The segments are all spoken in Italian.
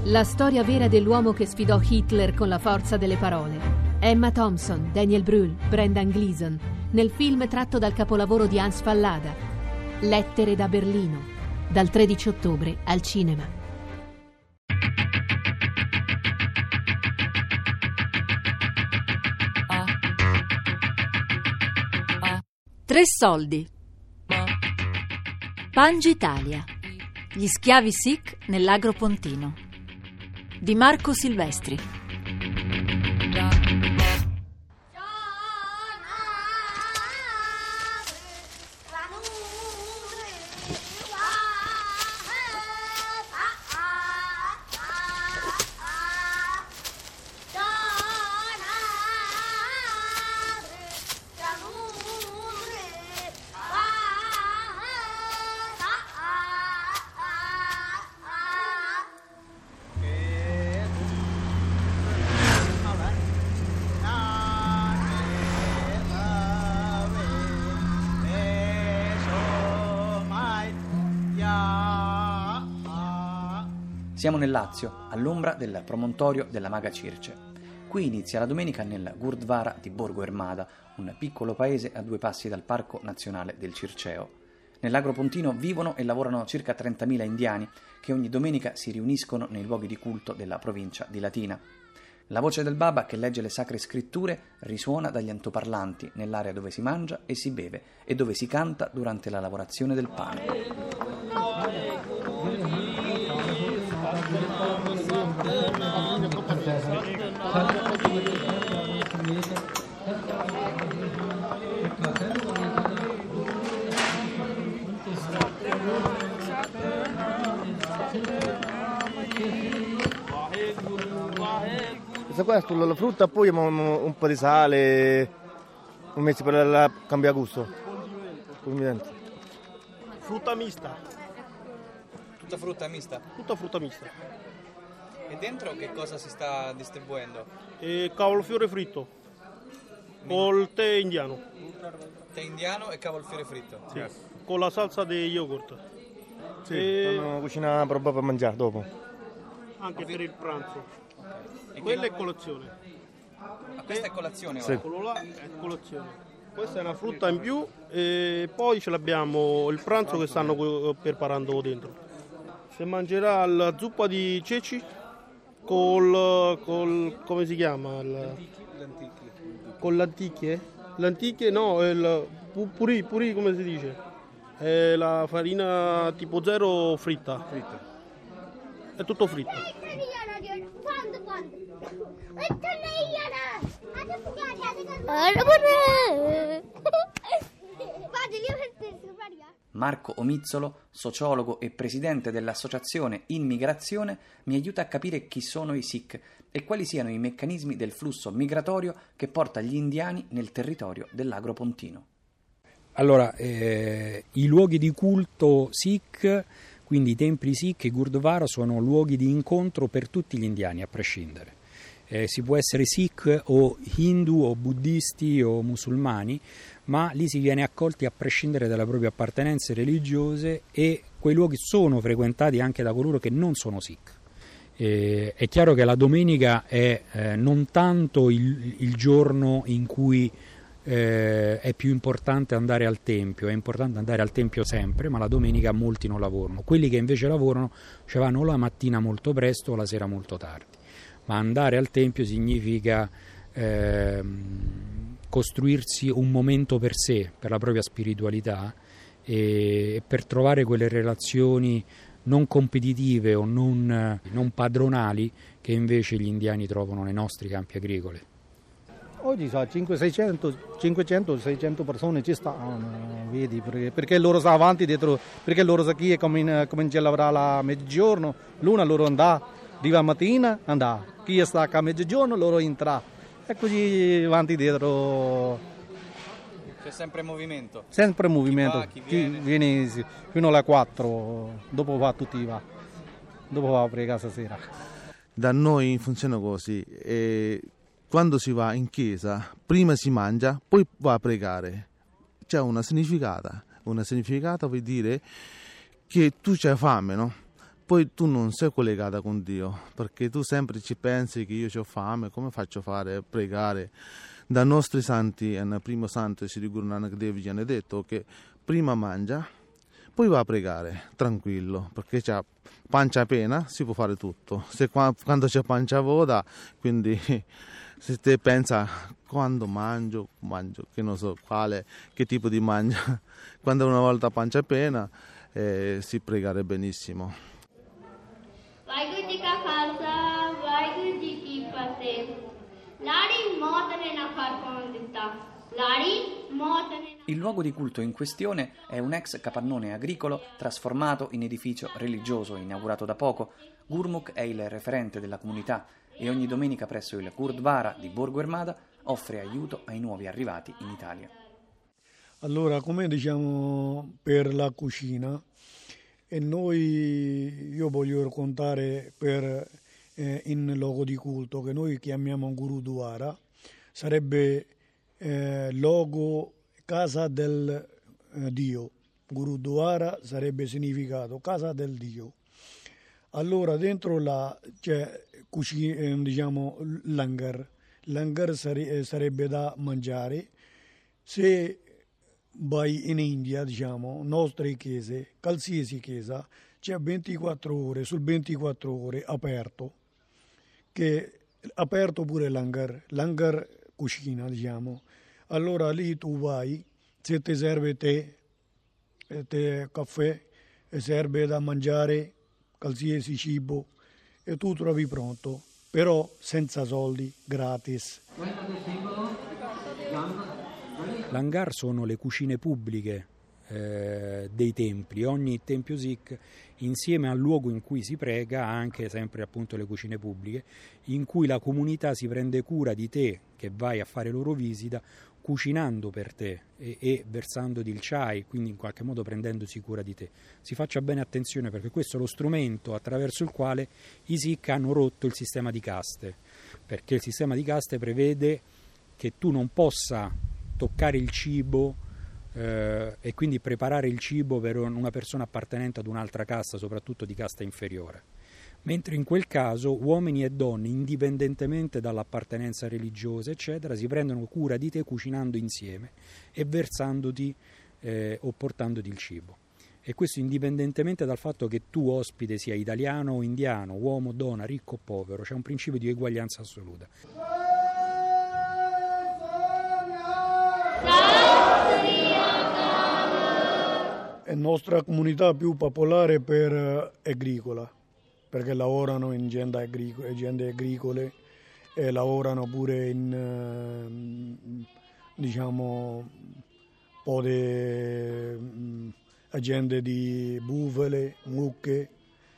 La storia vera dell'uomo che sfidò Hitler con la forza delle parole. Emma Thompson, Daniel Brühl, Brendan Gleeson, nel film tratto dal capolavoro di Hans Fallada, Lettere da Berlino, dal 13 ottobre al cinema. Tre soldi. Pangitalia. Gli schiavi Sikh nell'Agro Pontino di Marco Silvestri. Siamo nel Lazio, all'ombra del promontorio della Maga Circe. Qui inizia la domenica nel Gurdwara di Borgo Ermada, un piccolo paese a 2 passi dal Parco Nazionale del Circeo. Nell'Agro Pontino vivono e lavorano circa 30.000 indiani che ogni domenica si riuniscono nei luoghi di culto della provincia di Latina. La voce del Baba che legge le sacre scritture risuona dagli altoparlanti nell'area dove si mangia e si beve e dove si canta durante la lavorazione del pane. Questo la frutta, poi un po' di sale, un mezzo per cambiare gusto. Frutta mista. Tutta frutta mista? Tutta frutta mista. E dentro che cosa si sta distribuendo? Cavolfiore fritto col tè indiano. Tè indiano e cavolfiore fritto? Sì. Con la salsa di yogurt. Sì, cucina roba per mangiare dopo. Anche per il pranzo. Quella è colazione. Ma questa è colazione? Sì. Quello là è colazione. Questa è una frutta in più e poi ce l'abbiamo il pranzo che stanno preparando dentro. Si mangerà la zuppa di ceci col come si chiama? Con l'antichie? L'antichie no, il purì come si dice? È la farina tipo 0 fritta. È tutto fritto. Marco Omizzolo, sociologo e presidente dell'associazione Immigrazione, mi aiuta a capire chi sono i Sikh e quali siano i meccanismi del flusso migratorio che porta gli indiani nel territorio dell'Agro Pontino. Allora, i luoghi di culto Sikh, quindi i templi Sikh e Gurdwara, sono luoghi di incontro per tutti gli indiani, a prescindere. Si può essere Sikh o Hindu o buddisti o musulmani, ma lì si viene accolti a prescindere dalle proprie appartenenze religiose e quei luoghi sono frequentati anche da coloro che non sono Sikh. È chiaro che la domenica è non tanto il giorno in cui è più importante andare al tempio, è importante andare al tempio sempre, ma la domenica molti non lavorano. Quelli che invece lavorano ci vanno o la mattina molto presto o la sera molto tardi. Ma andare al tempio significa costruirsi un momento per sé, per la propria spiritualità e per trovare quelle relazioni non competitive o non padronali che invece gli indiani trovano nei nostri campi agricoli. Oggi 500-600 persone ci stanno, vedi, perché loro stanno avanti dietro, perché loro sa chi comincia a lavorare a mezzogiorno, l'una loro andà, arriva mattina, andà, chi sta a mezzogiorno loro entra, e così avanti dietro. C'è sempre movimento? Sempre movimento, chi viene? Viene fino alle 4, dopo va tutti va, dopo va a pregare stasera. Da noi funziona così. Quando si va in chiesa, prima si mangia, poi va a pregare. C'è una significata vuol dire che tu c'hai fame, no? poi tu non sei collegata con Dio, perché tu sempre ci pensi che io ho fame, come faccio a fare, pregare. Da nostri santi, nel primo santo Sri Guru Nanak Dev viene detto che prima mangia, poi va a pregare, tranquillo, perché c'è pancia piena, si può fare tutto. Se quando c'è pancia vuota, quindi se te pensa quando mangio, che non so che tipo di mangia, quando una volta pancia piena si pregare benissimo. ਵਾਹਿਗੁਰੂ ਜੀ ਕਾ ਖਾਲਸਾ ਵਾਹਿਗੁਰੂ ਜੀ ਕੀ ਫਤਿਹ ਲਾੜੀ ਮੌਤ ਨੇ ਨਾ ਫਰ ਪਾਉਣ ਦਿੱਤਾ ਲਾੜੀ ਮੌਤ ਨੇ Il luogo di culto in questione è un ex capannone agricolo trasformato in edificio religioso inaugurato da poco. Gurmukh è il referente della comunità e ogni domenica presso il Gurdwara di Borgo Ermada offre aiuto ai nuovi arrivati in Italia. Allora, come diciamo per la cucina, e io voglio raccontare in luogo di culto che noi chiamiamo Gurudwara, sarebbe luogo casa del Dio. Gurudwara sarebbe significato casa del Dio. Allora dentro c'è cucina, diciamo langar sarebbe da mangiare. Se vai in India, diciamo, nostre chiese, qualsiasi chiesa, c'è 24 ore, sul 24 ore aperto, che aperto pure langar cucina, diciamo. Allora lì tu vai, se ti serve tè, caffè, e serve da mangiare qualsiasi cibo, e tu trovi pronto, però senza soldi, gratis. L'hangar sono le cucine pubbliche dei templi. Ogni tempio Sikh, insieme al luogo in cui si prega, ha anche sempre appunto le cucine pubbliche, in cui la comunità si prende cura di te che vai a fare loro visita, cucinando per te e versandoti il chai, quindi in qualche modo prendendosi cura di te. Si faccia bene attenzione, perché questo è lo strumento attraverso il quale i Sikh hanno rotto il sistema di caste, perché il sistema di caste prevede che tu non possa toccare il cibo e quindi preparare il cibo per una persona appartenente ad un'altra casta, soprattutto di casta inferiore. Mentre in quel caso uomini e donne, indipendentemente dall'appartenenza religiosa, eccetera, si prendono cura di te cucinando insieme e versandoti o portandoti il cibo. E questo indipendentemente dal fatto che tu ospite sia italiano o indiano, uomo, donna, ricco o povero, c'è un principio di eguaglianza assoluta. È la nostra comunità più popolare per agricola, perché lavorano in aziende agricole e lavorano pure in diciamo un po' di aziende di bufale, mucche,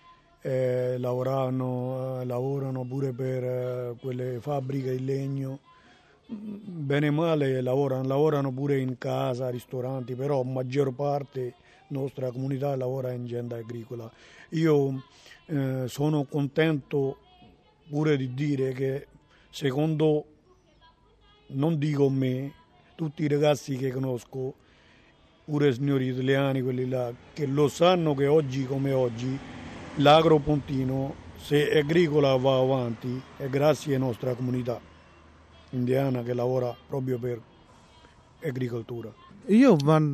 lavorano pure per quelle fabbriche di legno. Bene o male lavorano pure in casa, ristoranti, però la maggior parte nostra comunità lavora in azienda agricola. Io sono contento pure di dire che secondo, non dico me, tutti i ragazzi che conosco, pure signori italiani, quelli là, che lo sanno che oggi come oggi l'Agro Pontino, se agricola va avanti, è grazie alla nostra comunità indiana che lavora proprio per agricoltura. Io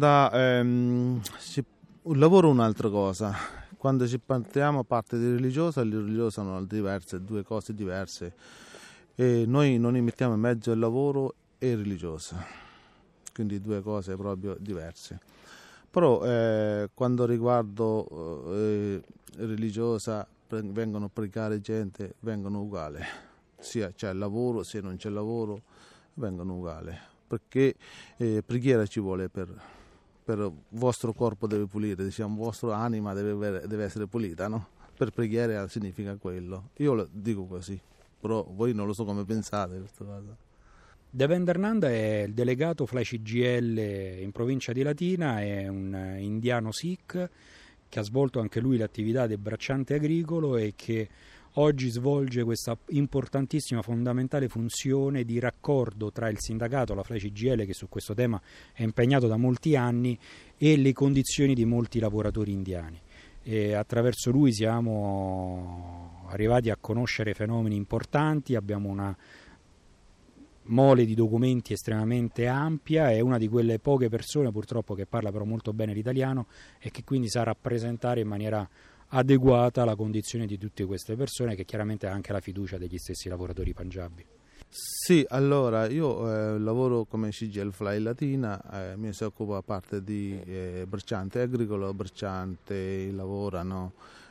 lavoro un'altra cosa. Quando ci partiamo a parte di religiosa, le religiose sono diverse, due cose diverse, e noi non mettiamo in mezzo il lavoro e religiosa, quindi due cose proprio diverse. Però quando riguardo religiosa vengono a pregare gente, vengono uguali, sia c'è il lavoro, se non c'è lavoro vengono uguali, perché preghiera ci vuole per il vostro corpo deve pulire, diciamo, vostra anima deve essere pulita, no? Per preghiera significa quello. Io lo dico così, però voi non lo so come pensate questa cosa. Devendra Nanda è il delegato Fly CGIL in provincia di Latina, è un indiano Sikh che ha svolto anche lui l'attività del bracciante agricolo e che oggi svolge questa importantissima, fondamentale funzione di raccordo tra il sindacato, la Fly CGIL, che su questo tema è impegnato da molti anni, e le condizioni di molti lavoratori indiani. e attraverso lui siamo arrivati a conoscere fenomeni importanti, abbiamo una mole di documenti estremamente ampia, è una di quelle poche persone purtroppo che parla però molto bene l'italiano e che quindi sa rappresentare in maniera adeguata la condizione di tutte queste persone, che chiaramente ha anche la fiducia degli stessi lavoratori pangiabi. Sì, allora io lavoro come CGL Fly Latina, mi si occupa parte di bracciante agricolo, bracciante lavorano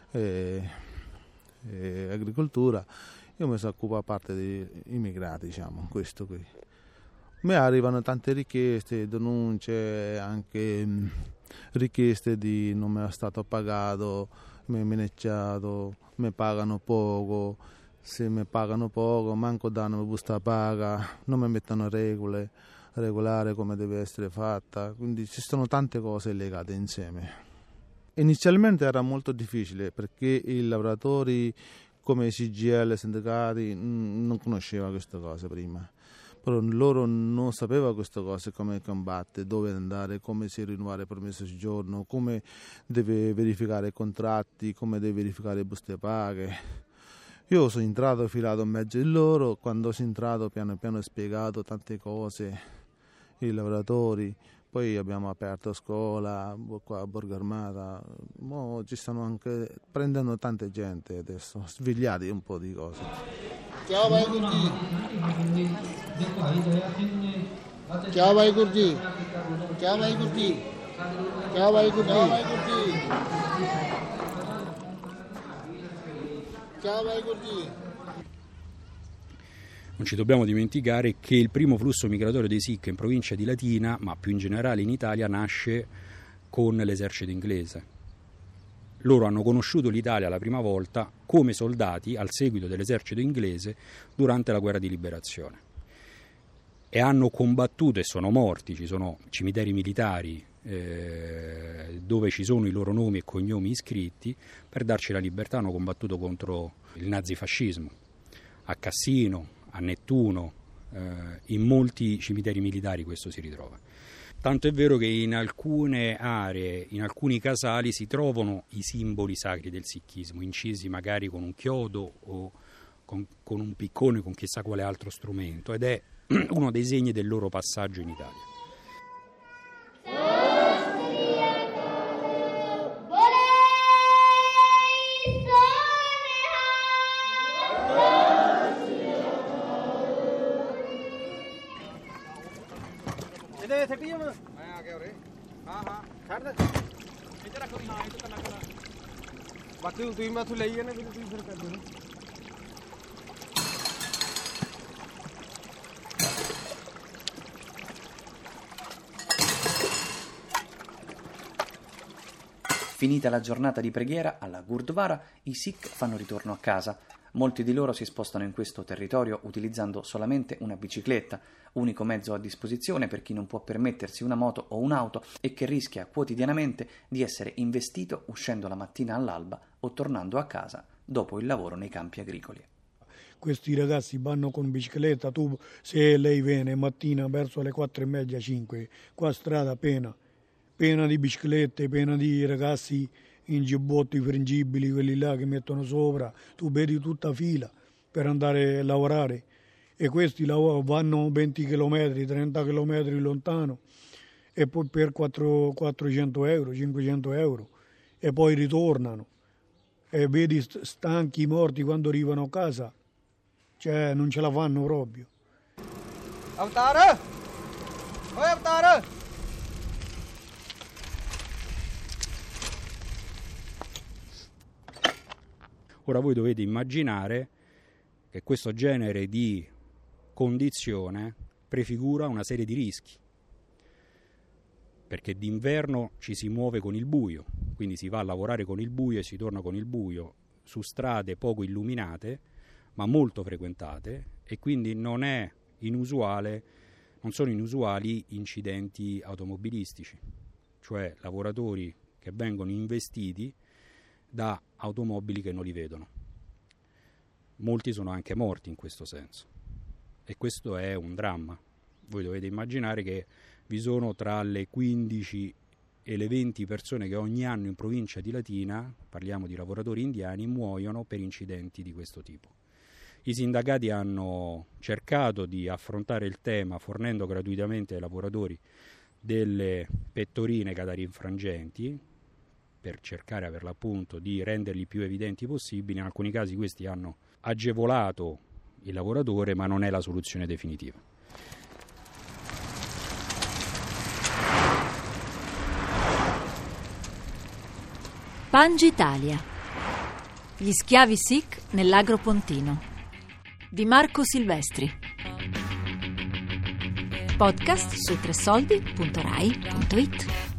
agricoltura, io mi si occupa parte di immigrati, diciamo, questo qui. Mi arrivano tante richieste, denunce, anche richieste di non mi è stato pagato, mi è minacciato, mi pagano poco. Se mi pagano poco, manco danno la busta paga, non mi mettono regolare come deve essere fatta, quindi ci sono tante cose legate insieme. Inizialmente era molto difficile perché i lavoratori come i CGL, sindacati, non conoscevano queste cose prima, però loro non sapevano queste cose, come combattere, dove andare, come si rinnovare il permesso di soggiorno, come deve verificare i contratti, come deve verificare le buste paghe. Io sono entrato filato in mezzo di loro, quando sono entrato piano piano ho spiegato tante cose ai lavoratori, poi abbiamo aperto scuola qua a Borgo Armata, ci stanno anche prendendo tante gente adesso, svegliati un po' di cose. Ciao vai Gurji. Ciao vai Gurji. Ciao vai Gurji. Ciao vai Gurji. Ciao vai Gurji. Non ci dobbiamo dimenticare che il primo flusso migratorio dei Sikh in provincia di Latina, ma più in generale in Italia, nasce con l'esercito inglese. Loro hanno conosciuto l'Italia la prima volta come soldati al seguito dell'esercito inglese durante la guerra di liberazione e hanno combattuto e sono morti, ci sono cimiteri militari dove ci sono i loro nomi e cognomi iscritti per darci la libertà. Hanno combattuto contro il nazifascismo a Cassino, a Nettuno, in molti cimiteri militari questo si ritrova. Tanto è vero che in alcune aree, in alcuni casali si trovano i simboli sacri del sikhismo, incisi magari con un chiodo o con un piccone, con chissà quale altro strumento, ed è uno dei segni del loro passaggio in Italia. Finita la giornata di preghiera alla Gurdwara, i Sikh fanno ritorno a casa. Molti di loro si spostano in questo territorio utilizzando solamente una bicicletta, unico mezzo a disposizione per chi non può permettersi una moto o un'auto e che rischia quotidianamente di essere investito uscendo la mattina all'alba o tornando a casa dopo il lavoro nei campi agricoli. Questi ragazzi vanno con bicicletta, tu se lei viene mattina verso le 4:30, 5, qua strada piena di biciclette, piena di ragazzi in giubbotti frangibili, quelli là che mettono sopra, tu vedi tutta fila per andare a lavorare e questi vanno 20 km, 30 km lontano e poi per 400 euro, 500 euro e poi ritornano e vedi stanchi, morti quando arrivano a casa, cioè non ce la fanno proprio. Avatar! Oi Avatar! Ora voi dovete immaginare che questo genere di condizione prefigura una serie di rischi, perché d'inverno ci si muove con il buio, quindi si va a lavorare con il buio e si torna con il buio su strade poco illuminate ma molto frequentate e quindi non sono inusuali incidenti automobilistici, cioè lavoratori che vengono investiti da automobili che non li vedono. Molti sono anche morti in questo senso e questo è un dramma. Voi dovete immaginare che vi sono tra le 15 e le 20 persone che ogni anno in provincia di Latina, parliamo di lavoratori indiani, muoiono per incidenti di questo tipo. I sindacati hanno cercato di affrontare il tema fornendo gratuitamente ai lavoratori delle pettorine catarinfrangenti per cercare per l'appunto di renderli più evidenti possibili. In alcuni casi questi hanno agevolato il lavoratore, ma non è la soluzione definitiva. Pangitalia. Gli schiavi Sikh nell'agro pontino di Marco Silvestri. Podcast su tresoldi.rai.it.